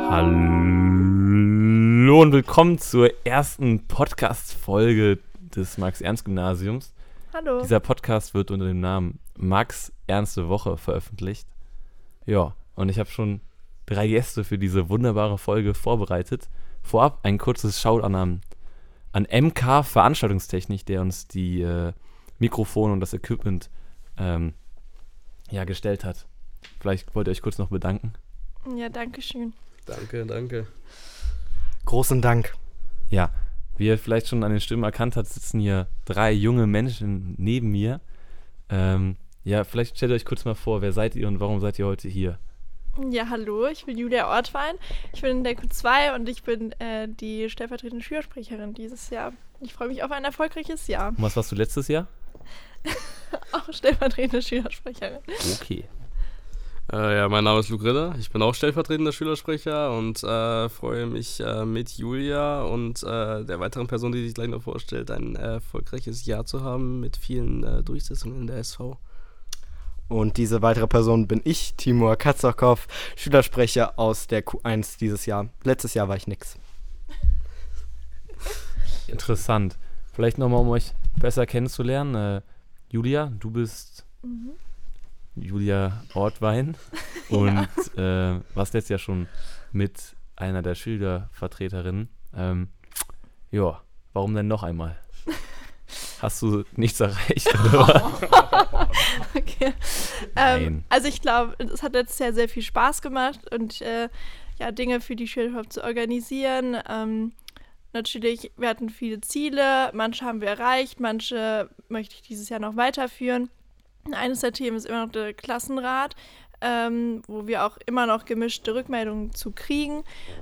Hallo und willkommen zur ersten Podcast-Folge des Max-Ernst-Gymnasiums. Hallo. Dieser Podcast wird unter dem Namen Max Ernste Woche veröffentlicht. Ja, und ich habe schon 3 Gäste für diese wunderbare Folge vorbereitet. Vorab ein kurzes Shoutout an MK Veranstaltungstechnik, der uns die Mikrofone und das Equipment gestellt hat. Vielleicht wollt ihr euch kurz noch bedanken. Ja, danke schön. Danke. Großen Dank. Ja, wie ihr vielleicht schon an den Stimmen erkannt habt, sitzen hier 3 junge Menschen neben mir. Vielleicht stellt ihr euch kurz mal vor, wer seid ihr und warum seid ihr heute hier? Ja, hallo, ich bin Julia Ortwein. Ich bin in der Q2 und ich bin die stellvertretende Schülersprecherin dieses Jahr. Ich freue mich auf ein erfolgreiches Jahr. Und was warst du letztes Jahr? Auch stellvertretende Schülersprecherin. Okay. Mein Name ist Luke Ritter, ich bin auch stellvertretender Schülersprecher und freue mich mit Julia und der weiteren Person, die sich gleich noch vorstellt, ein erfolgreiches Jahr zu haben mit vielen Durchsetzungen in der SV. Und diese weitere Person bin ich, Timur Katsakow, Schülersprecher aus der Q1 dieses Jahr. Letztes Jahr war ich nix. Interessant. Vielleicht nochmal, um euch besser kennenzulernen. Julia, du bist Julia Ortwein und warst letztes Jahr schon mit einer der Schülervertreterinnen. Warum denn noch einmal? Hast du nichts erreicht, oder? Okay. Also ich glaube, es hat letztes Jahr sehr viel Spaß gemacht und Dinge für die Schülerschaft zu organisieren. Natürlich, wir hatten viele Ziele, manche haben wir erreicht, manche möchte ich dieses Jahr noch weiterführen. Eines der Themen ist immer noch der Klassenrat, wo wir auch immer noch gemischte Rückmeldungen zu kriegen.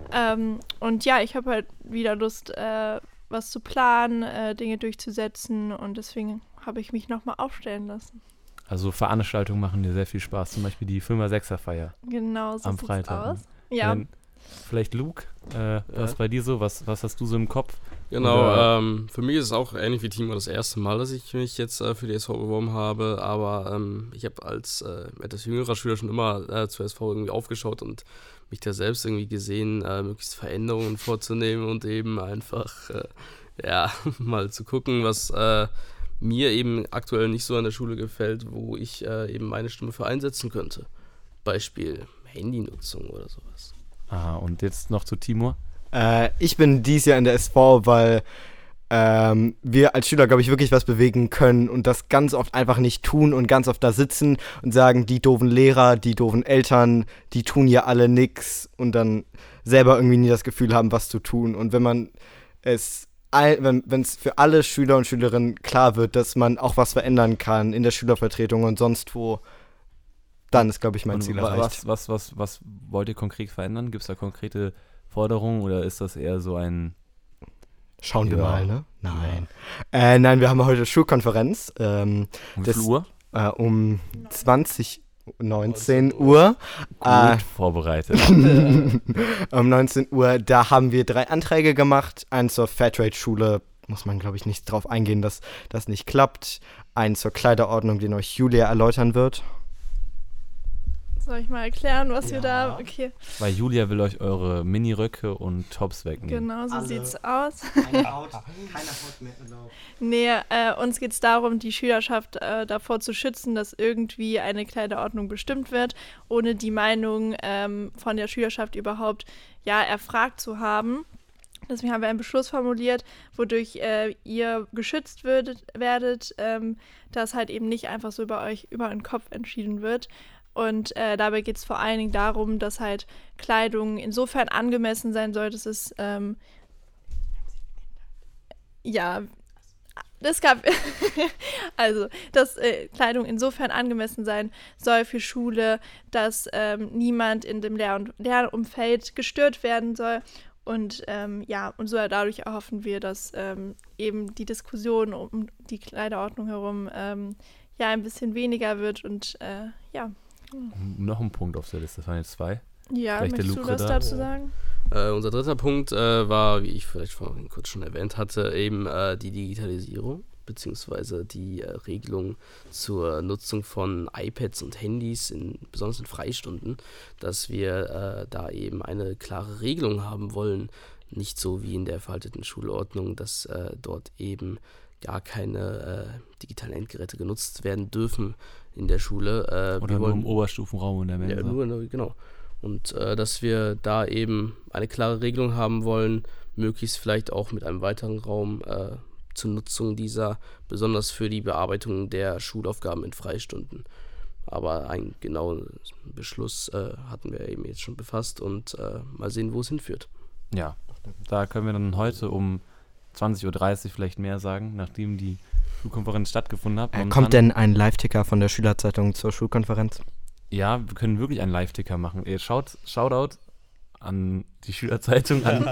Ich habe halt wieder Lust, was zu planen, Dinge durchzusetzen und deswegen habe ich mich nochmal aufstellen lassen. Also Veranstaltungen machen dir sehr viel Spaß, zum Beispiel die 5er-6er-Feier. Genau, so am sieht's Freitag. aus. Ja. Vielleicht Luke, was bei dir so, was hast du so im Kopf? Genau, für mich ist es auch ähnlich wie Timo das erste Mal, dass ich mich jetzt für die SV beworben habe, aber ich habe als etwas jüngerer Schüler schon immer zur SV irgendwie aufgeschaut und mich da selbst irgendwie gesehen, möglichst Veränderungen vorzunehmen und eben einfach mal zu gucken, was mir eben aktuell nicht so an der Schule gefällt, wo ich eben meine Stimme für einsetzen könnte. Beispiel Handynutzung oder sowas. Aha, und jetzt noch zu Timur? Ich bin dieses Jahr in der SV, weil wir als Schüler, glaube ich, wirklich was bewegen können und das ganz oft einfach nicht tun und ganz oft da sitzen und sagen, die doofen Lehrer, die doofen Eltern, die tun ja alle nix und dann selber irgendwie nie das Gefühl haben, was zu tun. Und wenn es für alle Schüler und Schülerinnen klar wird, dass man auch was verändern kann in der Schülervertretung und sonst wo, dann ist, glaube ich, mein Ziel erreicht. Was wollt ihr konkret verändern? Gibt es da konkrete Forderungen oder ist das eher so ein... Schauen wir mal, ne? Nein. Ja. Nein, wir haben heute Schulkonferenz. Um wie viel Uhr? Um 19 Uhr. Gut vorbereitet. Um 19 Uhr, da haben wir 3 Anträge gemacht. Einen zur Fairtrade-Schule, muss man, glaube ich, nicht drauf eingehen, dass das nicht klappt. Einen zur Kleiderordnung, den euch Julia erläutern wird. Soll ich mal erklären, was wir da... Okay. Weil Julia will euch eure Miniröcke und Tops wegnehmen. Genau, so sieht's aus. Keine Haut mehr erlaubt. Nee, uns geht's darum, die Schülerschaft davor zu schützen, dass irgendwie eine Kleiderordnung bestimmt wird, ohne die Meinung von der Schülerschaft überhaupt erfragt zu haben. Deswegen haben wir einen Beschluss formuliert, wodurch ihr geschützt werdet, dass halt eben nicht einfach so über euren Kopf entschieden wird. Und dabei geht es vor allen Dingen darum, dass halt Kleidung insofern angemessen sein soll, dass es dass Kleidung insofern angemessen sein soll für Schule, dass niemand in dem Lernumfeld gestört werden soll. Und und so dadurch erhoffen wir, dass eben die Diskussion um die Kleiderordnung herum ein bisschen weniger wird und Noch ein Punkt auf der Liste, das waren jetzt 2. Ja, vielleicht möchtest du was dazu sagen? Unser dritter Punkt war, wie ich vielleicht vorhin kurz schon erwähnt hatte, eben die Digitalisierung. beziehungsweise die Regelung zur Nutzung von iPads und Handys, besonders in Freistunden, dass wir da eben eine klare Regelung haben wollen. Nicht so wie in der veralteten Schulordnung, dass dort eben gar keine digitalen Endgeräte genutzt werden dürfen in der Schule. Oder nur im Oberstufenraum in der Mensa. Ja, genau. Und dass wir da eben eine klare Regelung haben wollen, möglichst vielleicht auch mit einem weiteren Raum zur Nutzung dieser, besonders für die Bearbeitung der Schulaufgaben in Freistunden. Aber einen genauen Beschluss hatten wir eben jetzt schon befasst und mal sehen, wo es hinführt. Ja, da können wir dann heute um 20.30 Uhr vielleicht mehr sagen, nachdem die Schulkonferenz stattgefunden hat. Kommt denn ein Live-Ticker von der Schülerzeitung zur Schulkonferenz? Ja, wir können wirklich einen Live-Ticker machen. Shoutout an die Schülerzeitung, an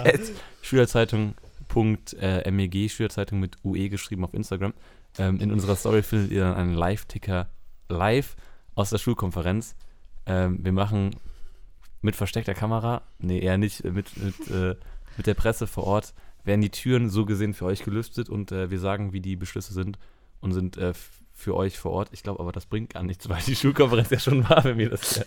schülerzeitung.meg, Schülerzeitung mit UE geschrieben auf Instagram. In unserer Story findet ihr dann einen Live-Ticker live aus der Schulkonferenz. Wir machen mit versteckter Kamera, nee, eher nicht, mit der Presse vor Ort, werden die Türen so gesehen für euch gelüftet und wir sagen, wie die Beschlüsse sind und sind für euch vor Ort. Ich glaube aber, das bringt gar nichts, weil die Schulkonferenz ja schon war, wenn wir das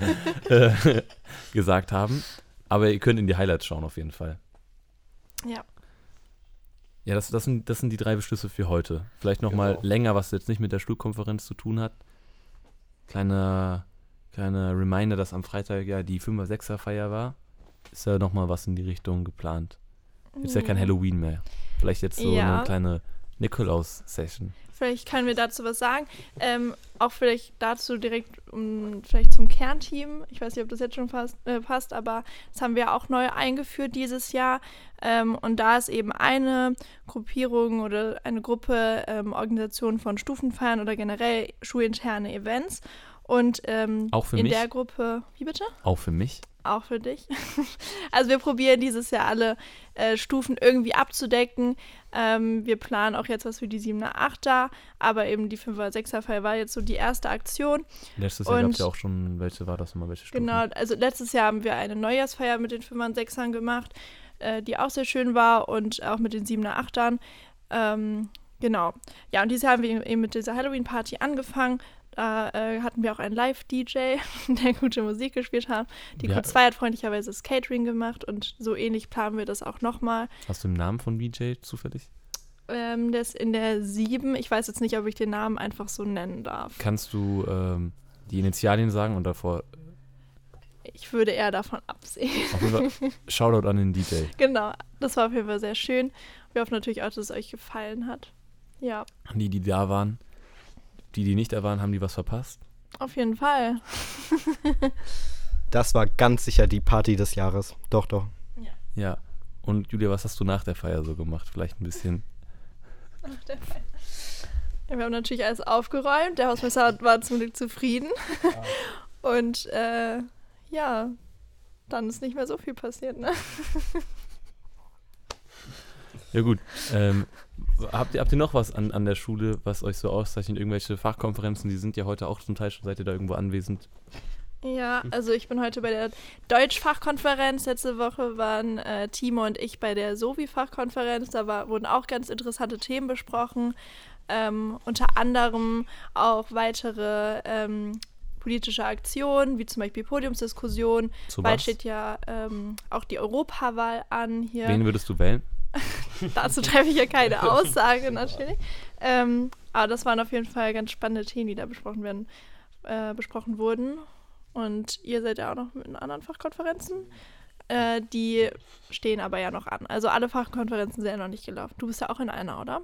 gesagt haben. Aber ihr könnt in die Highlights schauen auf jeden Fall. Ja. Ja, das sind die 3 Beschlüsse für heute. Vielleicht nochmal länger, was jetzt nicht mit der Schulkonferenz zu tun hat. Kleiner Reminder, dass am Freitag ja die 5er-6er-Feier war. Ist ja nochmal was in die Richtung geplant. Ist ja kein Halloween mehr. Vielleicht jetzt so eine kleine Nikolaus-Session. Vielleicht können wir dazu was sagen. Auch vielleicht dazu direkt vielleicht zum Kernteam. Ich weiß nicht, ob das jetzt schon passt, aber das haben wir auch neu eingeführt dieses Jahr. Und da ist eben eine Gruppierung oder eine Gruppe Organisation von Stufenfeiern oder generell schulinterne Events. Und auch für in mich? Der Gruppe, wie bitte? Auch für mich? Auch für dich. Also wir probieren dieses Jahr alle Stufen irgendwie abzudecken. Wir planen auch jetzt was für die 7er, 8er, aber eben die 5er, 6er Fall war jetzt so die erste Aktion. Letztes Jahr gab es ja auch schon, welche war das nochmal, welche Stufen? Genau, also letztes Jahr haben wir eine Neujahrsfeier mit den 5er und 6ern gemacht, die auch sehr schön war und auch mit den 7er, 8ern. Genau. Ja, und dieses Jahr haben wir eben mit dieser Halloween-Party angefangen. Da hatten wir auch einen Live-DJ, der gute Musik gespielt hat. Die Q2 hat freundlicherweise das Catering gemacht und so ähnlich planen wir das auch nochmal. Hast du den Namen von DJ zufällig? Der ist in der 7. Ich weiß jetzt nicht, ob ich den Namen einfach so nennen darf. Kannst du die Initialien sagen und davor? Ich würde eher davon absehen. Auf jeden Fall Shoutout an den DJ. Genau, das war auf jeden Fall sehr schön. Wir hoffen natürlich auch, dass es euch gefallen hat. Ja. Die da waren. Die nicht da waren, haben die was verpasst? Auf jeden Fall. Das war ganz sicher die Party des Jahres. Doch. Ja. Und Julia, was hast du nach der Feier so gemacht? Vielleicht ein bisschen. Nach der Feier. Ja, wir haben natürlich alles aufgeräumt. Der Hausmeister war zum Glück zufrieden. Ja. Und ja, dann ist nicht mehr so viel passiert, ne? Ja gut. Habt ihr noch was an der Schule, was euch so auszeichnet? Irgendwelche Fachkonferenzen, die sind ja heute auch zum Teil schon, seid ihr da irgendwo anwesend? Ja, also ich bin heute bei der Deutsch-Fachkonferenz. Letzte Woche waren Timo und ich bei der Sovi-Fachkonferenz. Da wurden auch ganz interessante Themen besprochen. Unter anderem auch weitere politische Aktionen, wie zum Beispiel Podiumsdiskussionen. Bald steht ja auch die Europawahl an hier. Wen würdest du wählen? Dazu treffe ich ja keine Aussage natürlich. Aber das waren auf jeden Fall ganz spannende Themen, die da besprochen wurden. Und ihr seid ja auch noch mit anderen Fachkonferenzen. Die stehen aber ja noch an. Also alle Fachkonferenzen sind ja noch nicht gelaufen. Du bist ja auch in einer, oder?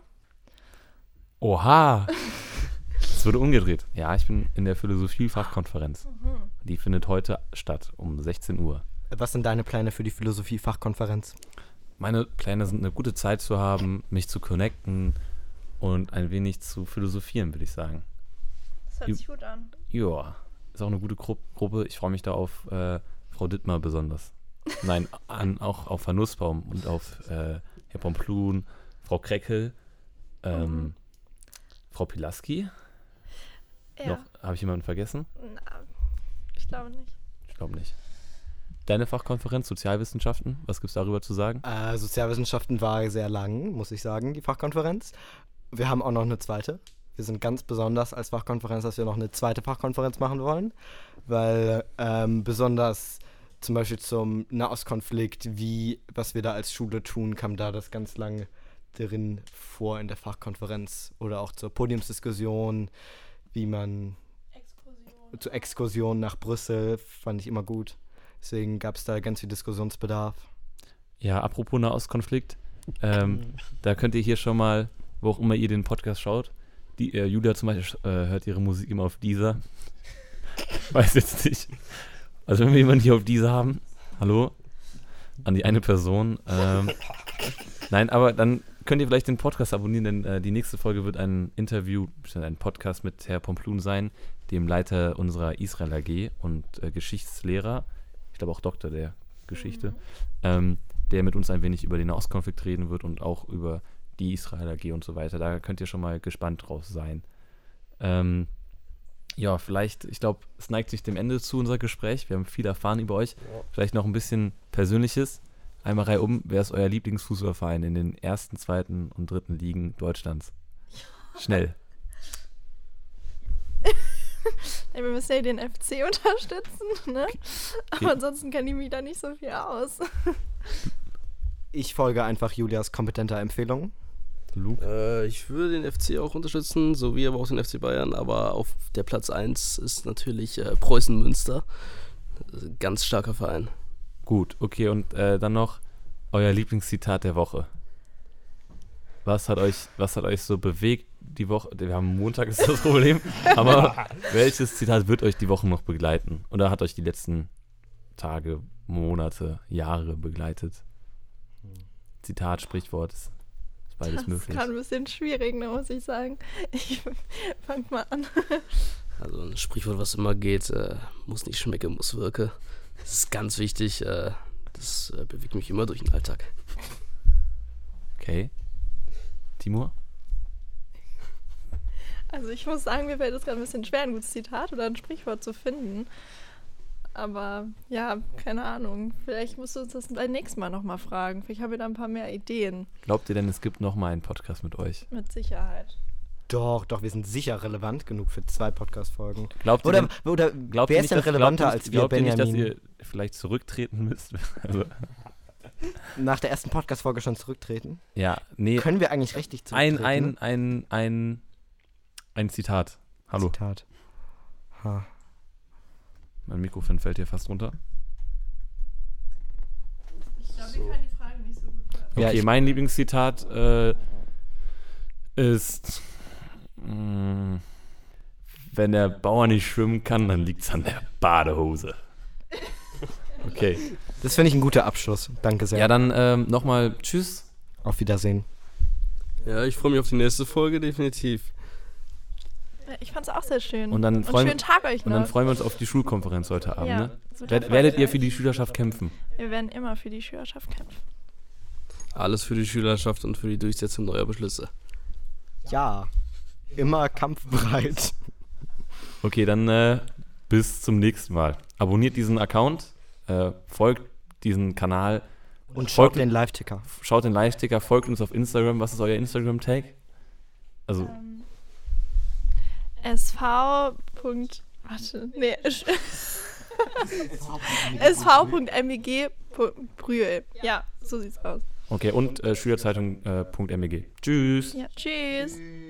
Oha! Es wurde umgedreht. Ja, ich bin in der Philosophie-Fachkonferenz. Die findet heute statt, um 16 Uhr. Was sind deine Pläne für die Philosophie-Fachkonferenz? Meine Pläne sind, eine gute Zeit zu haben, mich zu connecten und ein wenig zu philosophieren, würde ich sagen. Das hört sich gut an. Ja, ist auch eine gute Gruppe. Ich freue mich da auf Frau Dittmar besonders. Nein, auch auf Herrn Nussbaum und auf Herr Pomplun, Frau Kreckel, Frau Pilaski. Ja. Habe ich jemanden vergessen? Na, ich glaube nicht. Ich glaube nicht. Deine Fachkonferenz, Sozialwissenschaften, was gibt es darüber zu sagen? Sozialwissenschaften war sehr lang, muss ich sagen, die Fachkonferenz. wir haben auch noch eine zweite. Wir sind ganz besonders als Fachkonferenz, dass wir noch eine zweite Fachkonferenz machen wollen, weil besonders zum Beispiel zum Nahostkonflikt, was wir da als Schule tun, kam da das ganz lange drin vor in der Fachkonferenz oder auch zur Podiumsdiskussion, wie man zur Exkursion nach Brüssel, fand ich immer gut. Deswegen gab es da ganz viel Diskussionsbedarf. Ja, apropos Nahostkonflikt, da könnt ihr hier schon mal, wo auch immer ihr den Podcast schaut, Julia zum Beispiel hört ihre Musik immer auf Deezer. Weiß jetzt nicht. Also wenn wir jemanden hier auf Deezer haben, hallo, an die eine Person. Nein, aber dann könnt ihr vielleicht den Podcast abonnieren, denn die nächste Folge wird ein Interview, ein Podcast mit Herr Pomplun sein, dem Leiter unserer Israel AG und Geschichtslehrer, ich glaube auch Doktor der Geschichte, der mit uns ein wenig über den Nahostkonflikt reden wird und auch über die Israel AG und so weiter. Da könnt ihr schon mal gespannt drauf sein. Ja, vielleicht, ich glaube, es neigt sich dem Ende zu, unser Gespräch. Wir haben viel erfahren über euch. Ja. Vielleicht noch ein bisschen Persönliches. Einmal reihum, wer ist euer Lieblingsfußballverein in den ersten, zweiten und dritten Ligen Deutschlands? Ja. Schnell. Wir müssen ja den FC unterstützen, ne? Okay. Aber ansonsten kenne ich mich da nicht so viel aus. Ich folge einfach Julias kompetenter Empfehlung. Luke? Ich würde den FC auch unterstützen, so wie aber auch den FC Bayern, aber auf der Platz 1 ist natürlich Preußen Münster. Ganz starker Verein. Gut, okay, und dann noch euer Lieblingszitat der Woche. Was hat euch so bewegt die Woche? Wir haben Montag, ist das Problem. Aber welches Zitat wird euch die Woche noch begleiten? Oder hat euch die letzten Tage, Monate, Jahre begleitet? Zitat, Sprichwort, ist beides möglich. Das ist gerade ein bisschen schwierig, ne, muss ich sagen. Ich fang mal an. Also ein Sprichwort, was immer geht, muss nicht schmecke, muss wirke. Das ist ganz wichtig. Das bewegt mich immer durch den Alltag. Okay. Timur? Also ich muss sagen, mir fällt es gerade ein bisschen schwer, ein gutes Zitat oder ein Sprichwort zu finden. Aber ja, keine Ahnung. Vielleicht musst du uns das beim nächsten Mal nochmal fragen. Vielleicht haben wir da ein paar mehr Ideen. Glaubt ihr denn, es gibt nochmal einen Podcast mit euch? Mit Sicherheit. Doch, wir sind sicher relevant genug für 2 Podcast-Folgen. Glaubt ihr wer ist denn relevanter als wir, Benjamin? Glaubt ihr nicht, dass ihr vielleicht zurücktreten müsst? Also. Nach der ersten Podcast-Folge schon zurücktreten? Ja, nee. Können wir eigentlich richtig zurücktreten? Ein Zitat. Hallo. Zitat. Ha. Mein Mikrofon fällt hier fast runter. Ich glaube, wir können die Fragen nicht so gut hören. Okay, ja, mein Lieblingszitat ist wenn der Bauer nicht schwimmen kann, dann liegt's an der Badehose. Okay. Das finde ich ein guter Abschluss. Danke sehr. Ja, dann nochmal tschüss. Auf Wiedersehen. Ja, ich freue mich auf die nächste Folge, definitiv. Ich fand's auch sehr schön. Und dann schönen Tag euch noch. Und dann freuen wir uns auf die Schulkonferenz heute Abend. Ja, ne? Werdet ihr für die Schülerschaft kämpfen? Wir werden immer für die Schülerschaft kämpfen. Alles für die Schülerschaft und für die Durchsetzung neuer Beschlüsse. Ja, immer kampfbereit. Okay, dann bis zum nächsten Mal. Abonniert diesen Account, folgt diesen Kanal. Und schaut den Live-Ticker. Schaut den Live-Ticker, folgt uns auf Instagram. Was ist euer Instagram-Tag? Also SV.meg.brühl. Ja, so sieht's aus. Okay, und schülerzeitung.meg. Tschüss. Ja, tschüss.